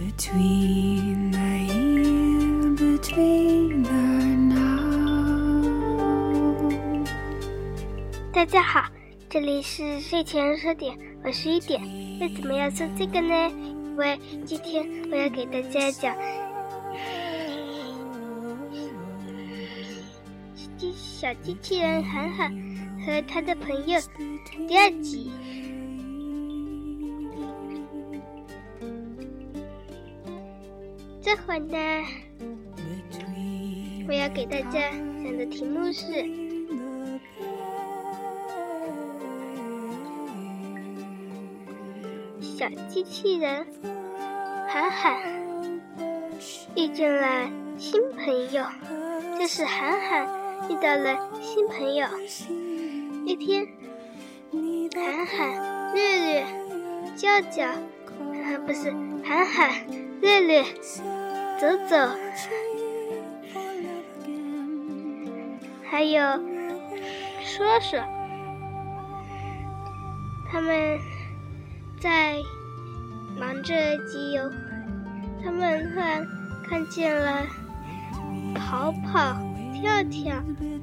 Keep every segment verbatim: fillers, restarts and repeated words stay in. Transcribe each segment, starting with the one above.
Between the here, between the now。 大家好，这里是睡前十点，我是一点。为什么要说这个呢？因为今天我要给大家讲小机器人涵涵和他的朋友第二集。这会儿呢，我要给大家讲的题目是小机器人涵涵遇见了新朋友，就是涵涵遇到了新朋友。一天，涵涵、略略、叫叫，啊，不是涵涵、略略、走走，还有说说，他们在忙着集邮，他们突然看见了跑跑、跳跳，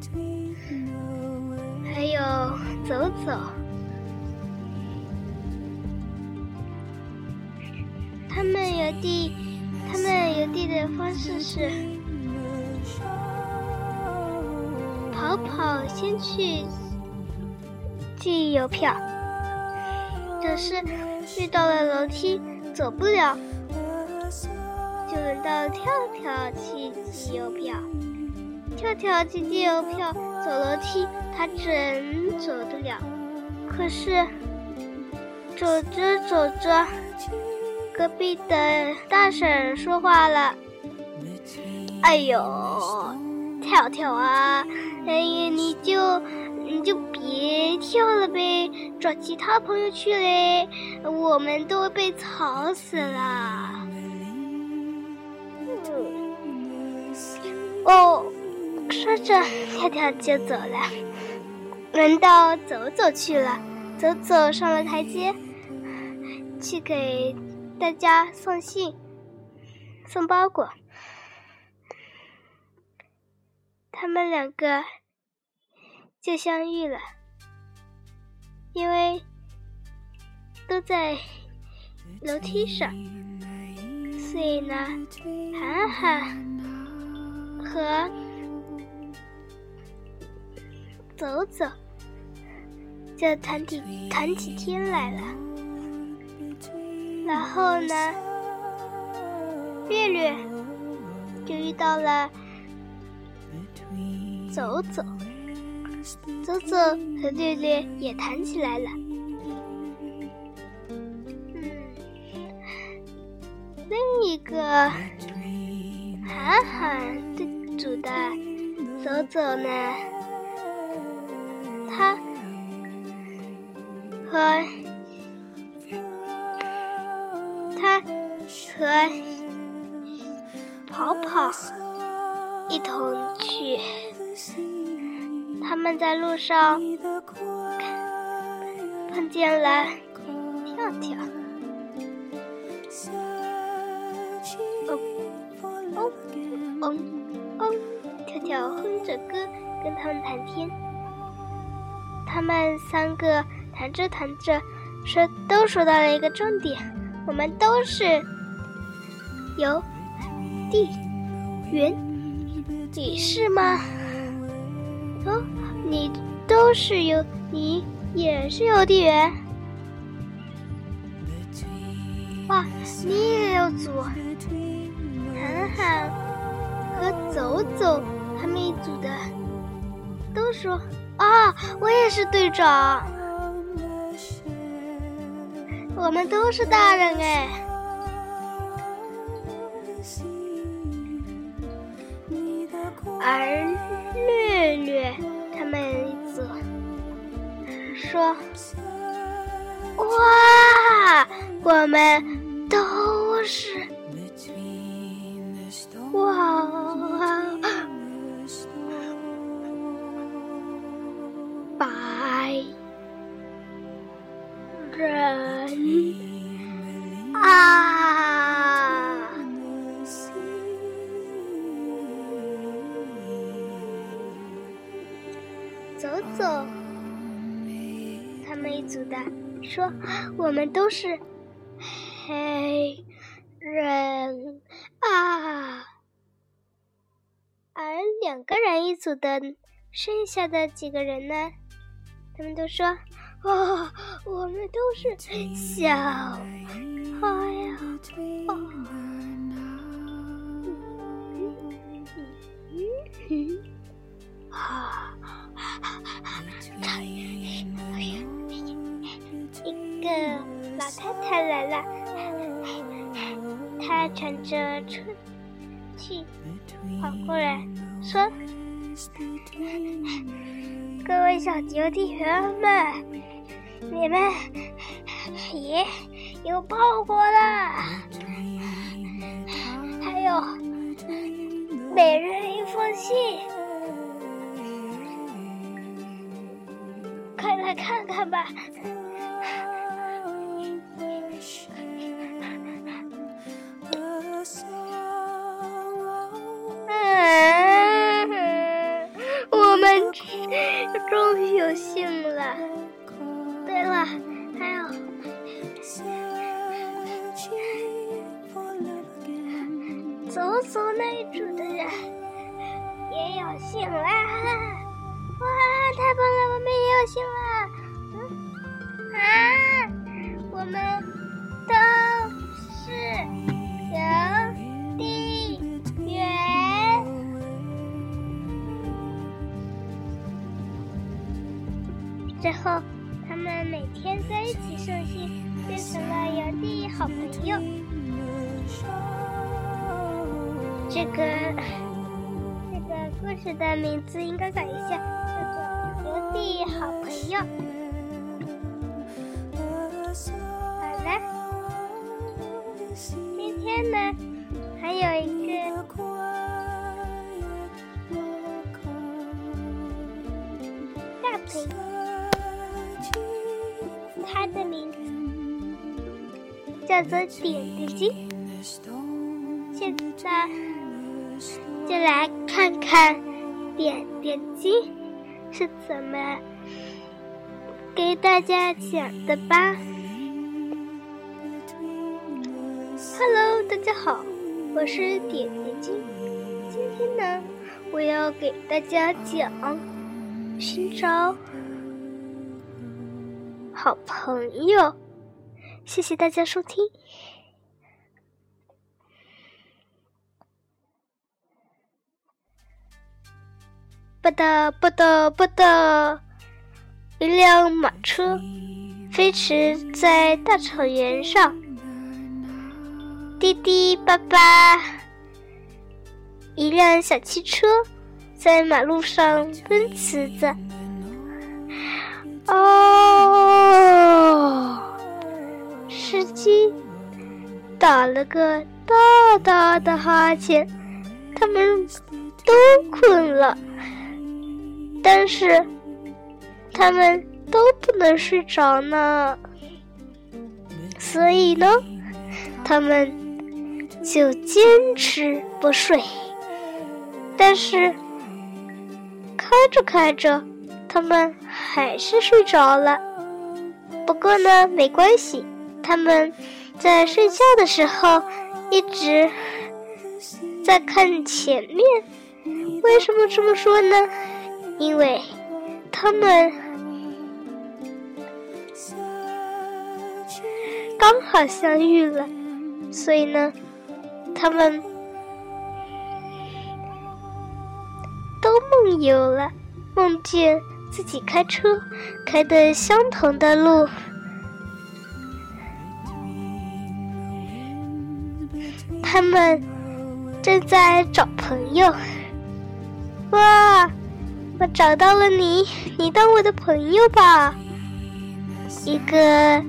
还有走走。他们邮递，他们邮递的方式是跑跑先去寄邮票，可是遇到了楼梯走不了，就轮到跳跳去寄邮票。跳跳去寄邮票，走楼梯他真走得了，可是走着走着，隔壁的大婶说话了：“哎呦，跳跳啊，哎呀，你就你就别跳了呗，找其他朋友去嘞，我们都被吵死了。”嗯，哦，说着跳跳就走了，轮到走走去了。走走上了台阶，去给大家送信、送包裹。他们两个就相遇了，因为都在楼梯上，所以呢，涵涵和走走就谈起谈起天来了。然后呢，略略就遇到了走走，走走和略略也谈起来了。嗯，另一个涵涵对组的走走呢，他和他和跑跑一同去，他们在路上碰见了跳跳。哦哦哦哦，跳跳哼着歌跟他们谈天。他们三个谈着谈着，说都说到了一个重点：我们都是邮递员。你是吗？哦，你都是邮，你也是邮递员？哇，你也有组？涵涵和走走他们一组的都说啊，我也是队长。我们都是大人哎。而略略他们一组说：“哇，我们都是哇白人啊！” 们一组的，说我们都是黑人啊。而两个人一组的剩下的几个人呢，他们都说哦，我们都是小孩呀。哦嗯啊，一个老太太来了，她喘着春气跑过来说：“各位小邮递员们，你们也有包裹了，还有每人一封信，快来看看吧。”嗯，我们终于有信了。对了，还有走走那一组的人也有信了。哇，太棒了，我们也有信了。嗯啊，我们都是邮递员。之后他们每天在一起送信，变成了邮递好朋友。这个这个故事的名字应该改一下，叫做邮递好朋友。好了，今天呢还有一个大朋友，他的名字叫做点点鸡。现在就来看看点点鸡是怎么给大家讲的吧。 Hello， 大家好，我是点点鸡。今天呢，我要给大家讲寻找好朋友。谢谢大家收听。吧嗒吧嗒吧嗒，一辆马车飞驰在大草原上，滴滴吧吧，一辆小汽车在马路上奔驰着。哦，司机打了个大大的哈欠，他们都困了。但是他们都不能睡着呢，所以呢，他们就坚持不睡。但是开着开着，他们还是睡着了。不过呢，没关系，他们在睡觉的时候一直在看前面。为什么这么说呢？因为他们刚好相遇了，所以呢，他们都梦游了，梦见自己开车开的相同的路。他们正在找朋友。哇！我找到了你，你当我的朋友吧。一个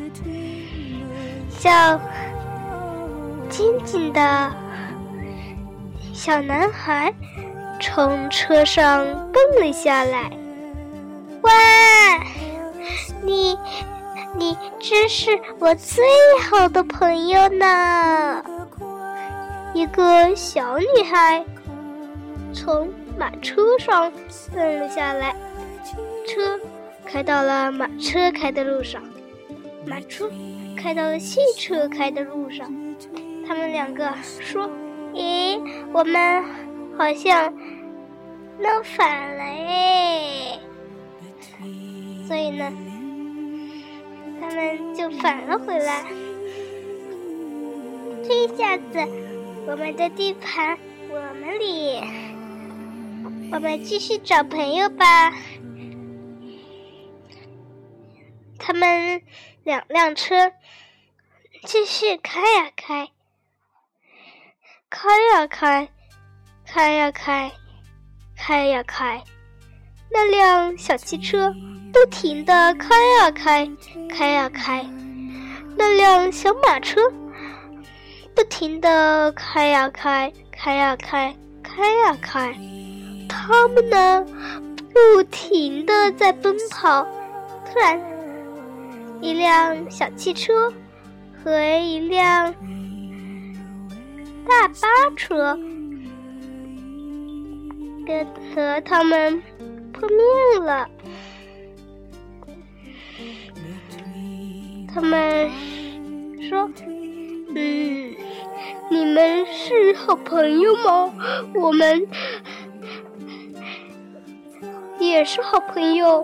叫晶晶的小男孩从车上蹦了下来。哇，你你真是我最好的朋友呢。一个小女孩从马车上蹦了下来，车开到了马车开的路上，马车开到了汽车开的路上。他们两个说：“咦，我们好像弄反了哎！”所以呢，他们就返了回来。这一下子，我们的地盘我们理，我们继续找朋友吧。他们两辆车继续开呀开，开呀开，开呀开，开呀开。那辆小汽车不停地开呀开，开呀开。那辆小马车不停地开呀开，开呀开，开呀开。他们呢，不停地在奔跑。突然，一辆小汽车和一辆大巴车跟和他们碰面了。他们说：“嗯，你们是好朋友吗？我们也是好朋友。”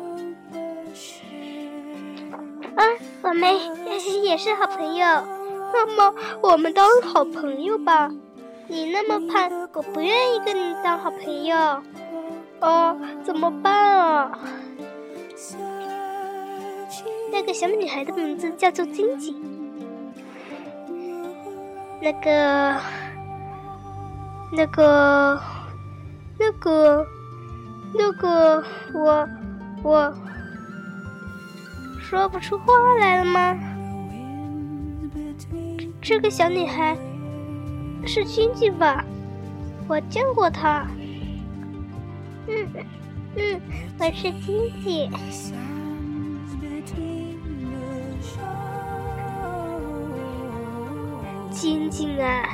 啊，我们也是好朋友。那么我们当好朋友吧。你那么胖，我不愿意跟你当好朋友。哦，怎么办啊？那个小女孩的名字叫做晶晶。那个，那个，那个，那个，我，我。说不出话来了吗？这个小女孩是晶晶吧？我见过她。嗯嗯，我是晶晶。晶晶啊，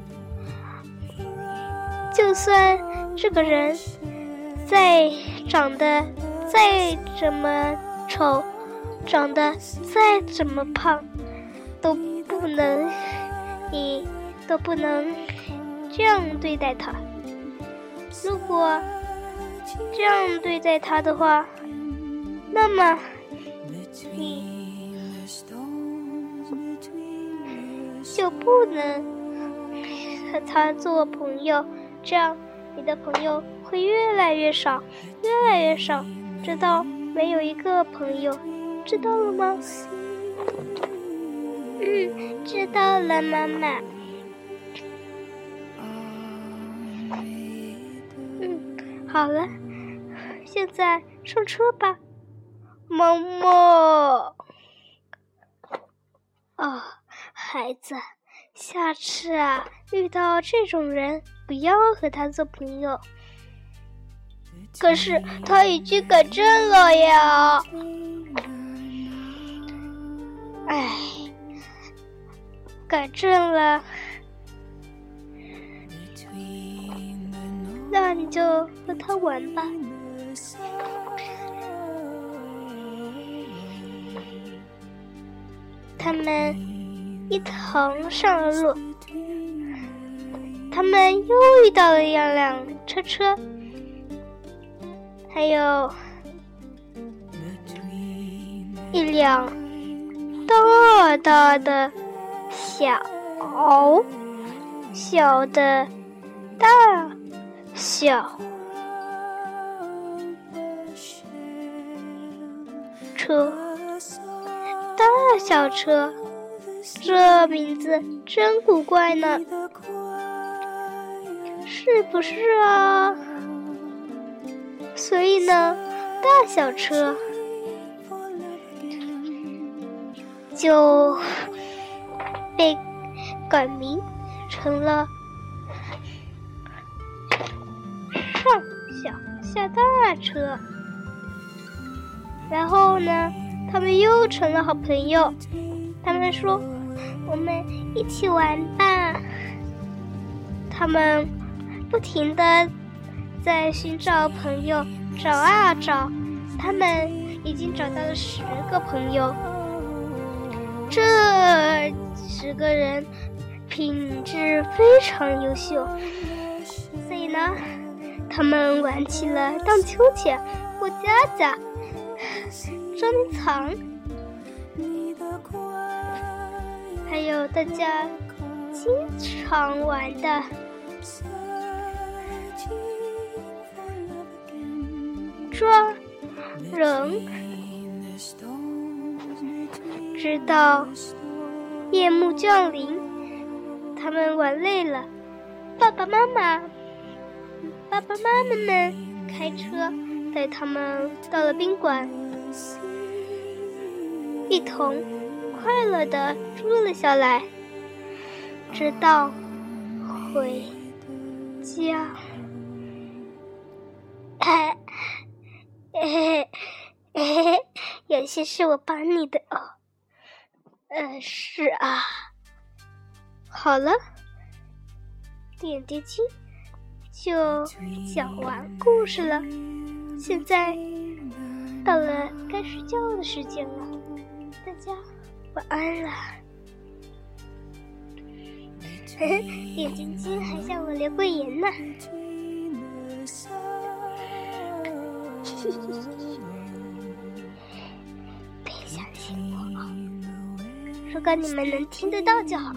就算这个人再长得再怎么丑，长得再怎么胖，都不能，你都不能这样对待他。如果这样对待他的话，那么你就不能和他做朋友，这样你的朋友会越来越少，越来越少，直到没有一个朋友。知道了吗？嗯，知道了，妈妈。嗯，好了，现在上车吧，妈妈。哦，孩子，下次啊，遇到这种人，不要和他做朋友。可是他已经改正了呀。唉，改正了，那你就和他玩吧。他们一同上了路，他们又遇到了一辆车车，还有一辆大大的小小的大小车，大小车，这名字真古怪呢，是不是啊？所以呢，大小车就被改名成了上小下大车。然后呢，他们又成了好朋友。他们说：“我们一起玩吧。”他们不停地在寻找朋友，找啊找。他们已经找到了十个朋友。这十个人品质非常优秀，所以呢，他们玩起了荡秋千、过家家、捉迷藏，还有大家经常玩的抓人，直到夜幕降临，他们玩累了，爸爸妈妈爸爸妈妈们开车带他们到了宾馆，一同快乐地住了下来，直到回家。哎哎哎，有些是我帮你的哦。呃，是啊。好了，点点睛就讲完故事了。现在到了该睡觉的时间了，大家晚安了。点点睛还向我留过言呢。别相信我啊，如果你们能听得到就好。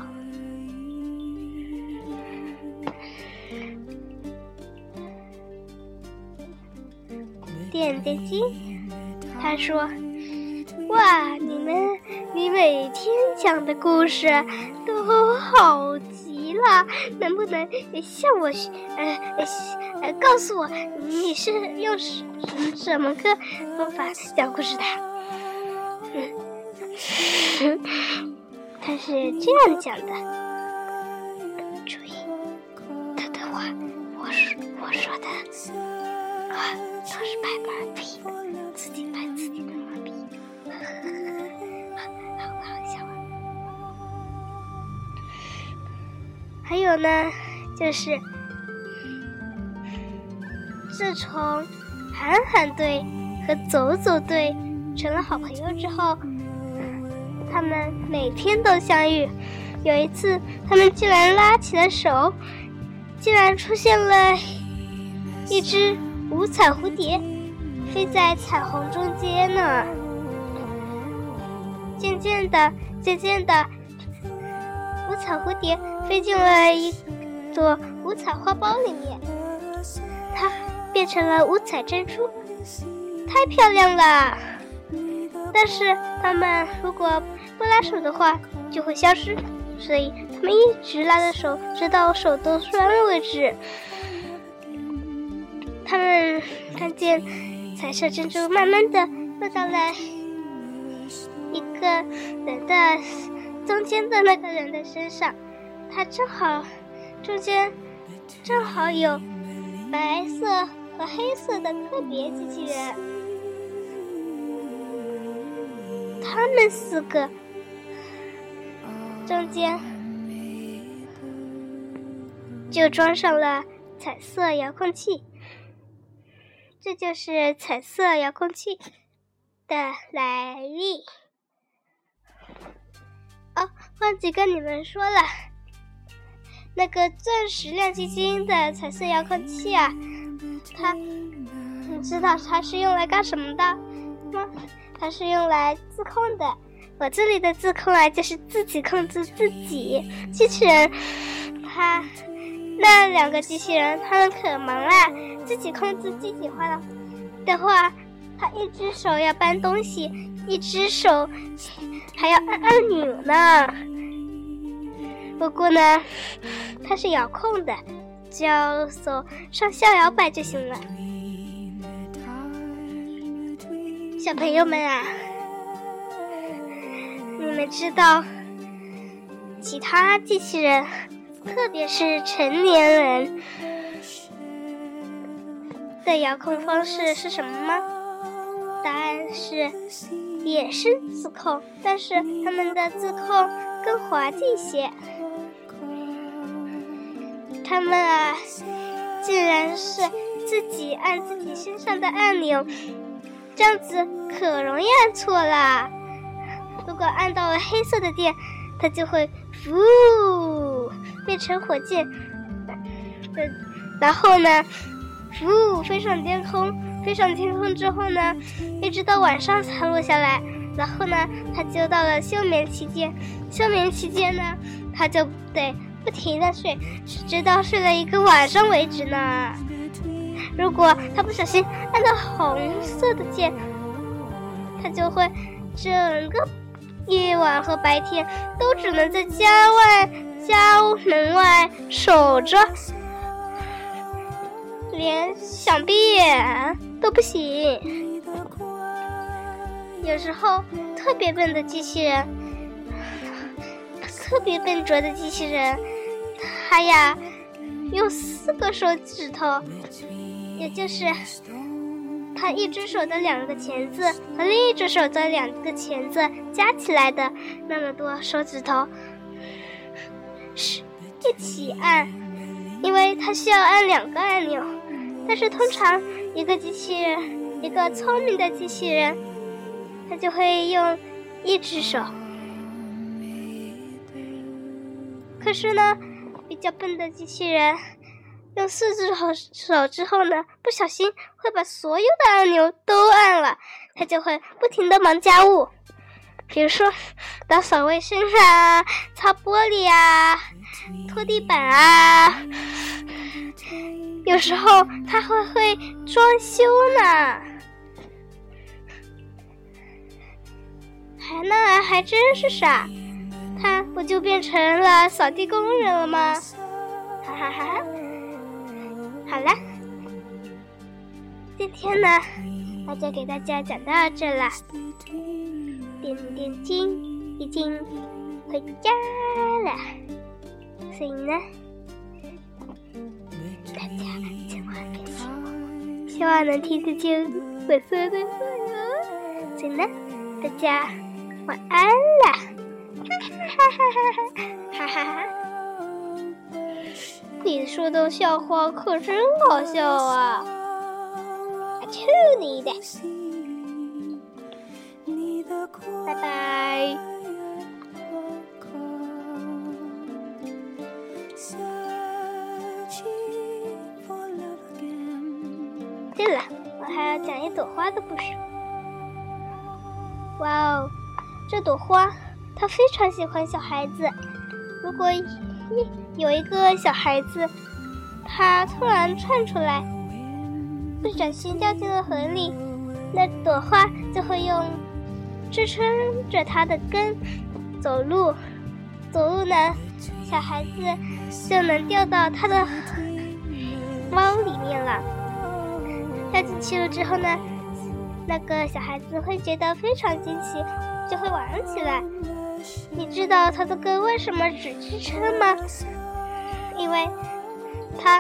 点点睛，他说：“哇，你们你每天讲的故事都好极了，能不能向我呃呃告诉我你是用什什么个方法讲故事的？”嗯，他是这样讲的，注意他的话，我说我说的啊都是拍马屁，自己拍自己的马屁，好好笑啊！还有呢，就是自从喊喊队和走走队成了好朋友之后，他们每天都相遇。有一次，他们竟然拉起了手，竟然出现了一只五彩蝴蝶，飞在彩虹中间呢。渐渐的，渐渐的，五彩蝴蝶飞进了一朵五彩花苞里面，它变成了五彩珍珠，太漂亮了。但是他们如果不拉手的话就会消失，所以他们一直拉着手，直到手都酸了为止。他们看见彩色珍珠慢慢的落到了一个人的中间的那个人的身上，他正好中间正好有白色和黑色的特别机器人，他们四个中间就装上了彩色遥控器，这就是彩色遥控器的来历。哦，忘记跟你们说了，那个钻石亮晶晶的彩色遥控器啊，它你知道它是用来干什么的吗？它是用来自控的。我这里的自控啊，就是自己控制自己。机器人，它那两个机器人，他们可忙啦，自己控制自己话了的话，他一只手要搬东西，一只手还要按按钮呢。不过呢，它是遥控的，只要手上下摇摆就行了。小朋友们啊，你们知道其他机器人，特别是成年人的遥控方式是什么吗？答案是也是自控，但是他们的自控更滑稽一些。他们啊，竟然是自己按自己身上的按钮， 这样子可容易按错啦。如果按到了黑色的电，它就会呼变成火箭，然后呢呼飞上天空，飞上天空之后呢，一直到晚上才落下来。然后呢，它就到了休眠期间，休眠期间呢，它就得不停的睡，直到睡了一个晚上为止呢。如果它不小心按到红色的键，它就会整个夜晚和白天都只能在家外家门外守着，连想闭眼都不行。有时候特别笨的机器人，特别笨拙的机器人，它呀用四个手指头，也就是它一只手的两个钳子和另一只手的两个钳子加起来的那么多手指头一起按，因为它需要按两个按钮。但是通常一个机器人，一个聪明的机器人，他就会用一只手。可是呢，比较笨的机器人用四只手之后呢，不小心会把所有的按钮都按了，他就会不停地忙家务，比如说打扫卫生啊，擦玻璃啊，拖地板啊，有时候他还会装修呢。还那还真是傻，他不就变成了扫地工人了吗？哈哈哈哈！好了，今天呢，我就给大家讲到这了。点点睛已经回家了，所以呢，大家千万别听我，希望能听得见我说的话哟。所以呢，大家晚安啦！哈哈哈哈哈哈哈！你说的笑话可真好笑啊！去你的！拜拜。对了，我还要讲一朵花的故事。哇哦，这朵花它非常喜欢小孩子。如果有一个小孩子，他突然窜出来，不小心掉进了河里，那朵花就会用支撑着它的根走路。走路呢，小孩子就能掉到它的猫里面了。掉进去了之后呢，那个小孩子会觉得非常惊喜，就会玩起来。你知道它的根为什么只支撑吗？因为它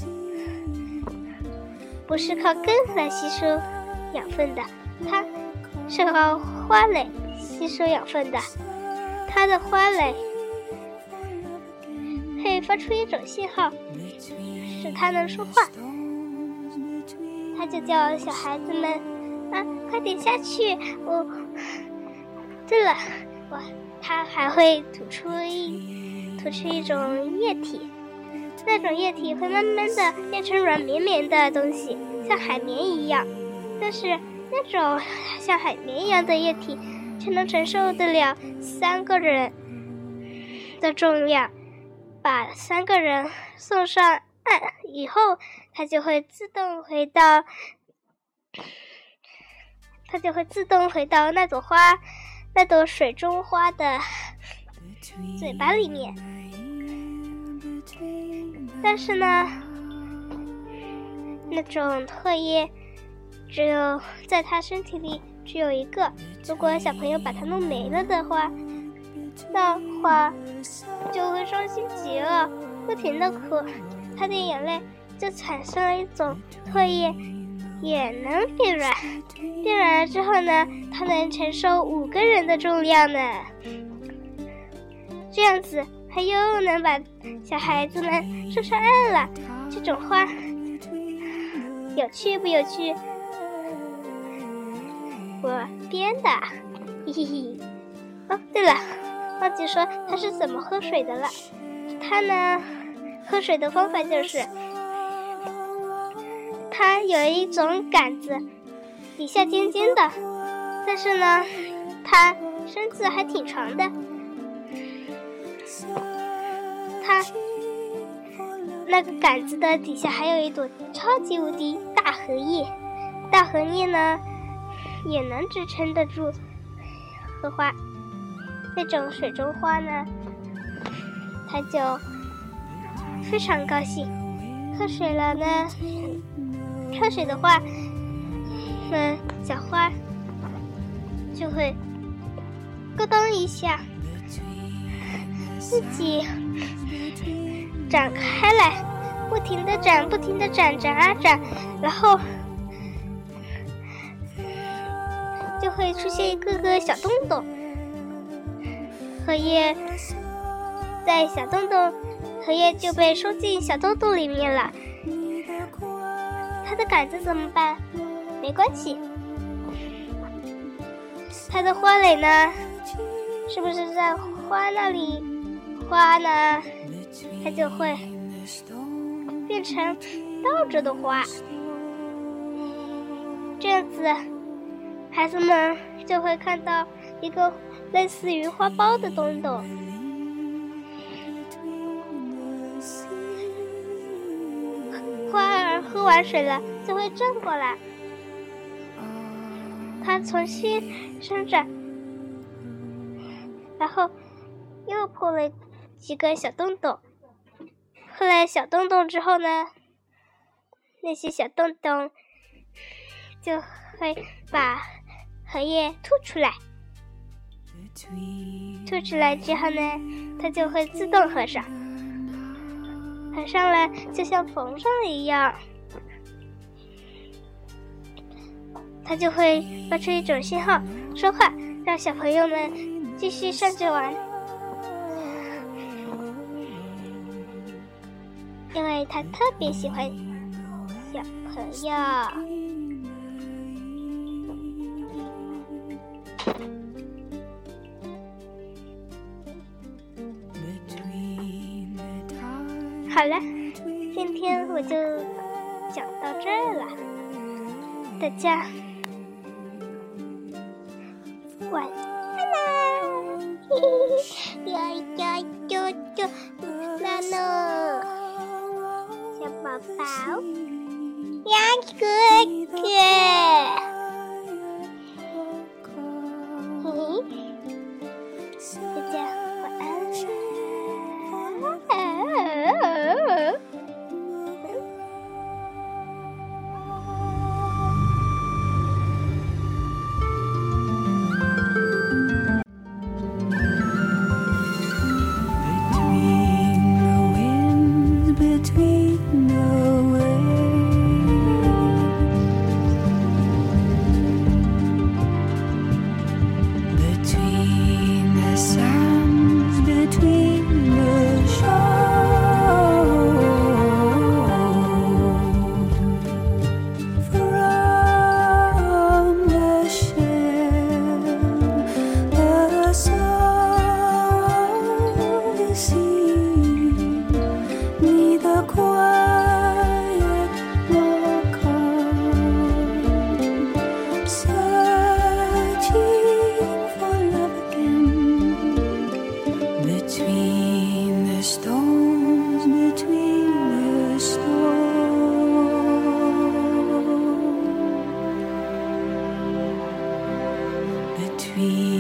不是靠根来吸收养分的，它是靠花蕾吸收养分的。它的花蕾可以发出一种信号，使它能说话。它就叫小孩子们啊，快点下去！我，对了，我它还会吐出一吐出一种液体。那种液体会慢慢的变成软绵绵的东西，像海绵一样。但是那种像海绵一样的液体，却能承受得了三个人的重量。把三个人送上岸以后，它就会自动回到，它就会自动回到那朵花，那朵水中花的嘴巴里面。但是呢，那种唾液只有在他身体里只有一个，如果小朋友把它弄没了的话，那话就会伤心极了，不停的哭，他的眼泪就产生了一种唾液也能变软，变软了之后呢，它能承受五个人的重量呢。这样子他又能把小孩子们送上岸了。这种花有趣不有趣？ 我编的，嘿嘿嘿。哦，对了，忘记说它是怎么喝水的了。它呢，喝水的方法就是，它有一种杆子，底下尖尖的，但是呢，它身子还挺长的。它那个杆子的底下还有一朵超级无敌大荷叶，大荷叶呢也能支撑得住荷花。那种水中花呢，它就非常高兴，喝水了呢，喝水的话，那小花就会咯噔一下，自己展开来，不停地展，不停地展，展啊展，然后就会出现一个个小洞洞。荷叶在小洞洞，荷叶就被收进小洞洞里面了。它的杆子怎么办？没关系，它的花蕾呢，是不是在花那里？花呢，它就会变成倒着的花，这样子，孩子们就会看到一个类似于花苞的洞洞。花儿喝完水了，就会转过来，它重新生长，然后又破了几个小洞洞。后来小洞洞之后呢，那些小洞洞就会把荷叶吐出来，吐出来之后呢，它就会自动合上，合上了就像缝上一样，它就会发出一种信号说话，让小朋友们继续上着玩。因为他特别喜欢小朋友。好了，今天我就讲到这儿了，大家晚安啦！嘿嘿，呀呀呀呀，啦啦！小宝宝，呀哥哥，嘿嘿，大家晚安啦！Between